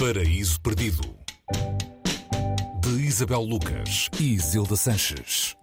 Paraíso Perdido, de Isabel Lucas e Zilda Sanches.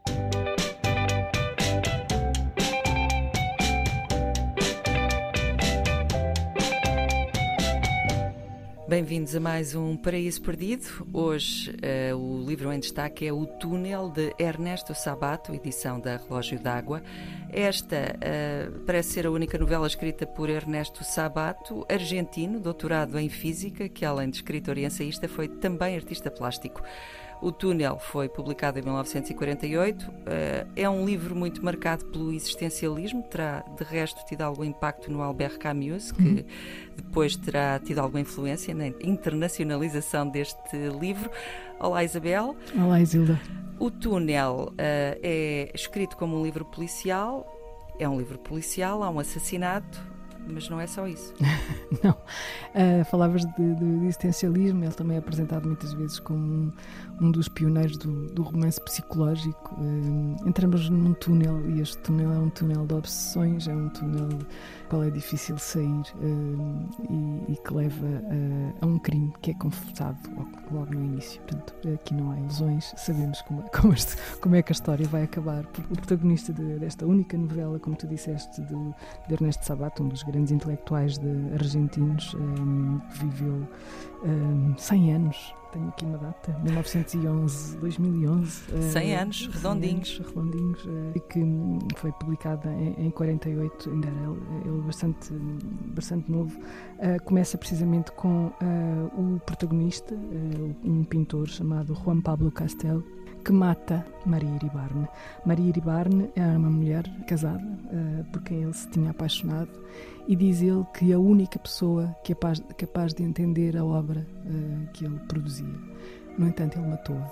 Bem-vindos a mais um Paraíso Perdido. Hoje o livro em destaque é O Túnel, de Ernesto Sabato, edição da Relógio d'Água. Esta parece ser a única novela escrita por Ernesto Sabato, argentino, doutorado em Física, que além de escritor e ensaísta foi também artista plástico. O Túnel foi publicado em 1948, é um livro muito marcado pelo existencialismo, terá de resto tido algum impacto no Albert Camus, que depois terá tido alguma influência na internacionalização deste livro. Olá, Isabel. Olá, Isilda. O Túnel é escrito como um livro policial, há um assassinato, mas não é só isso. Não. Falavas de existencialismo, ele também é apresentado muitas vezes como um dos pioneiros do romance psicológico. Entramos num túnel e este túnel é um túnel de obsessões, é um túnel do qual é difícil sair e que leva a um crime que é confessado logo no início. Portanto, aqui não há ilusões, sabemos como é que a história vai acabar. Porque o protagonista desta única novela, como tu disseste, de Ernesto Sabato, um dos grandes intelectuais argentinos, viveu 100 anos. Tenho aqui uma data, 1911, 2011. 100 anos, redondinhos. E que foi publicada em 48, ainda era ele bastante novo. Começa precisamente com o protagonista, um pintor chamado Juan Pablo Castel, que mata Maria Iribarne. Maria Iribarne era uma mulher casada, por quem ele se tinha apaixonado, e diz ele que a única pessoa capaz de entender a obra que ele produzia. No entanto, ele matou-a.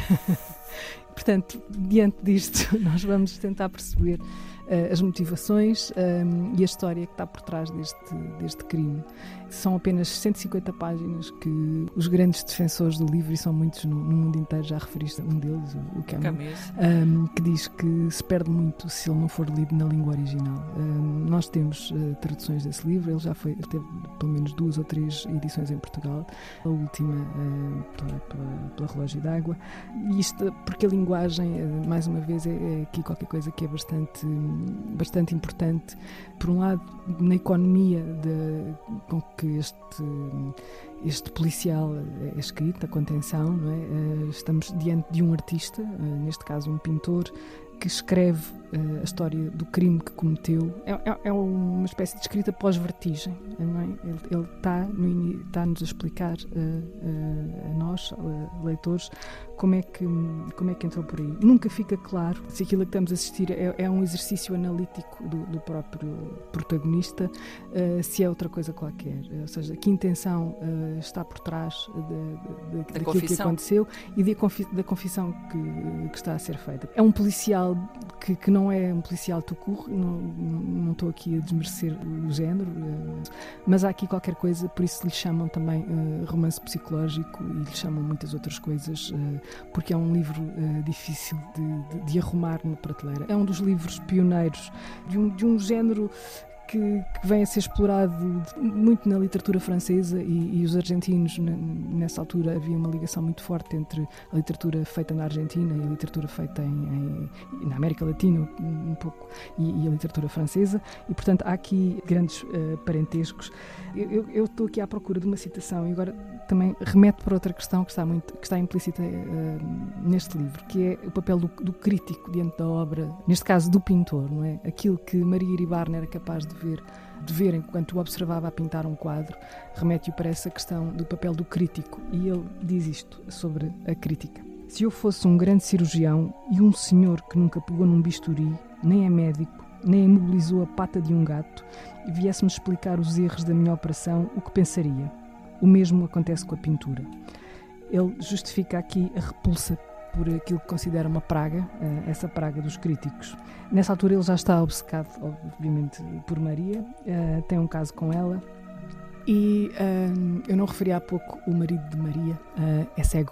Portanto, diante disto, nós vamos tentar perceber as motivações e a história que está por trás deste crime. São apenas 150 páginas que os grandes defensores do livro, e são muitos no mundo inteiro, já referiste a um deles, o Camus, que diz que se perde muito se ele não for lido na língua original. Nós temos traduções desse livro, ele já teve pelo menos 2 ou 3 edições em Portugal, a última pela Relógio d'Água. E isto porque a linguagem, mais uma vez, é aqui qualquer coisa que é bastante importante. Por um lado, na economia com que este policial é escrito, a contenção, não é? Estamos diante de um artista, neste caso um pintor, que escreve a história do crime que cometeu. É uma espécie de escrita pós-vertigem, não é? Ele está-nos a explicar a nós, leitores, como é que entrou por aí. Nunca fica claro se aquilo a que estamos a assistir é um exercício analítico do próprio protagonista, se é outra coisa qualquer. Ou seja, que intenção está por trás daquilo que aconteceu e da confissão que está a ser feita. É um policial que não é um policial tout court, não estou aqui a desmerecer o género, mas há aqui qualquer coisa, por isso lhe chamam também romance psicológico e lhe chamam muitas outras coisas, porque é um livro difícil de arrumar na prateleira. É um dos livros pioneiros de um género que vem a ser explorado muito na literatura francesa e os argentinos, nessa altura havia uma ligação muito forte entre a literatura feita na Argentina e a literatura feita na América Latina um pouco e a literatura francesa, e portanto há aqui grandes parentescos. Eu estou aqui à procura de uma citação e agora também remeto para outra questão que está implícita neste livro, que é o papel do crítico diante da obra, neste caso do pintor, não é? Aquilo que Maria Iribarne era capaz de ver enquanto o observava a pintar um quadro, remete-o para essa questão do papel do crítico, e ele diz isto sobre a crítica: se eu fosse um grande cirurgião e um senhor que nunca pegou num bisturi, nem é médico, nem imobilizou a pata de um gato, e viesse-me explicar os erros da minha operação, o que pensaria? O mesmo acontece com a pintura. Ele justifica aqui a repulsa por aquilo que considera uma praga, essa praga dos críticos. Nessa altura ele já está obcecado, obviamente, por Maria, tem um caso com ela, e eu não referi há pouco, o marido de Maria é cego.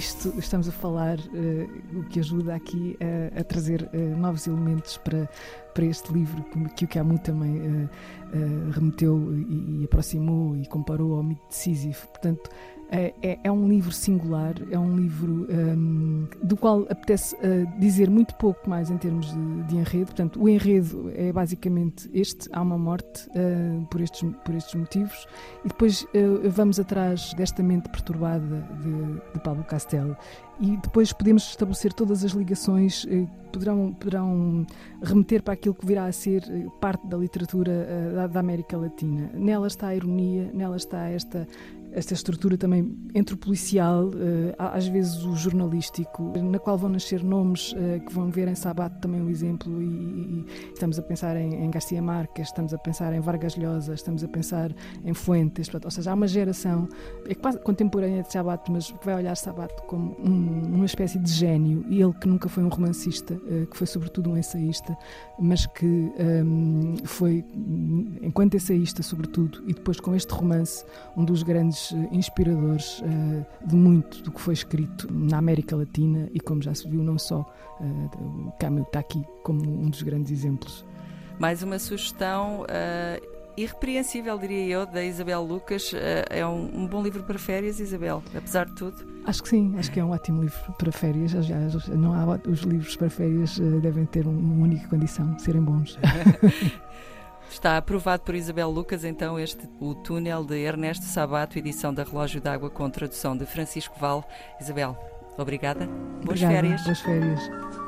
Estamos a falar, o que ajuda aqui a trazer novos elementos para este livro, que o Camus também remeteu e aproximou e comparou ao mito de Sísifo. Portanto, é um livro singular, é um livro do qual apetece dizer muito pouco mais em termos de enredo. Portanto, o enredo é basicamente este: há uma morte por estes motivos, e depois vamos atrás desta mente perturbada de Pablo Castel, e depois podemos estabelecer todas as ligações que poderão remeter para aquilo que virá a ser parte da literatura da América Latina. Nela está a ironia, nela está esta estrutura também entre o policial, às vezes o jornalístico, na qual vão nascer nomes que vão ver em Sabato também um exemplo, e estamos a pensar em García Márquez, estamos a pensar em Vargas Llosa, estamos a pensar em Fuentes. Ou seja, há uma geração quase contemporânea de Sabato, mas que vai olhar Sabato como uma espécie de gênio, e ele que nunca foi um romancista, que foi sobretudo um ensaísta, mas que foi, enquanto ensaísta sobretudo, e depois com este romance, um dos grandes inspiradores de muito do que foi escrito na América Latina, e como já se viu, não só. O Camus está aqui como um dos grandes exemplos. Mais uma sugestão irrepreensível, diria eu, da Isabel Lucas. É um bom livro para férias, Isabel, apesar de tudo? Acho que sim, acho que é um ótimo livro para férias. Aliás, não há, os livros para férias devem ter uma única condição: serem bons. Está aprovado por Isabel Lucas, então, O Túnel de Ernesto Sabato, edição da Relógio d'Água, com tradução de Francisco Val. Isabel, obrigada. Boas férias. Boas férias.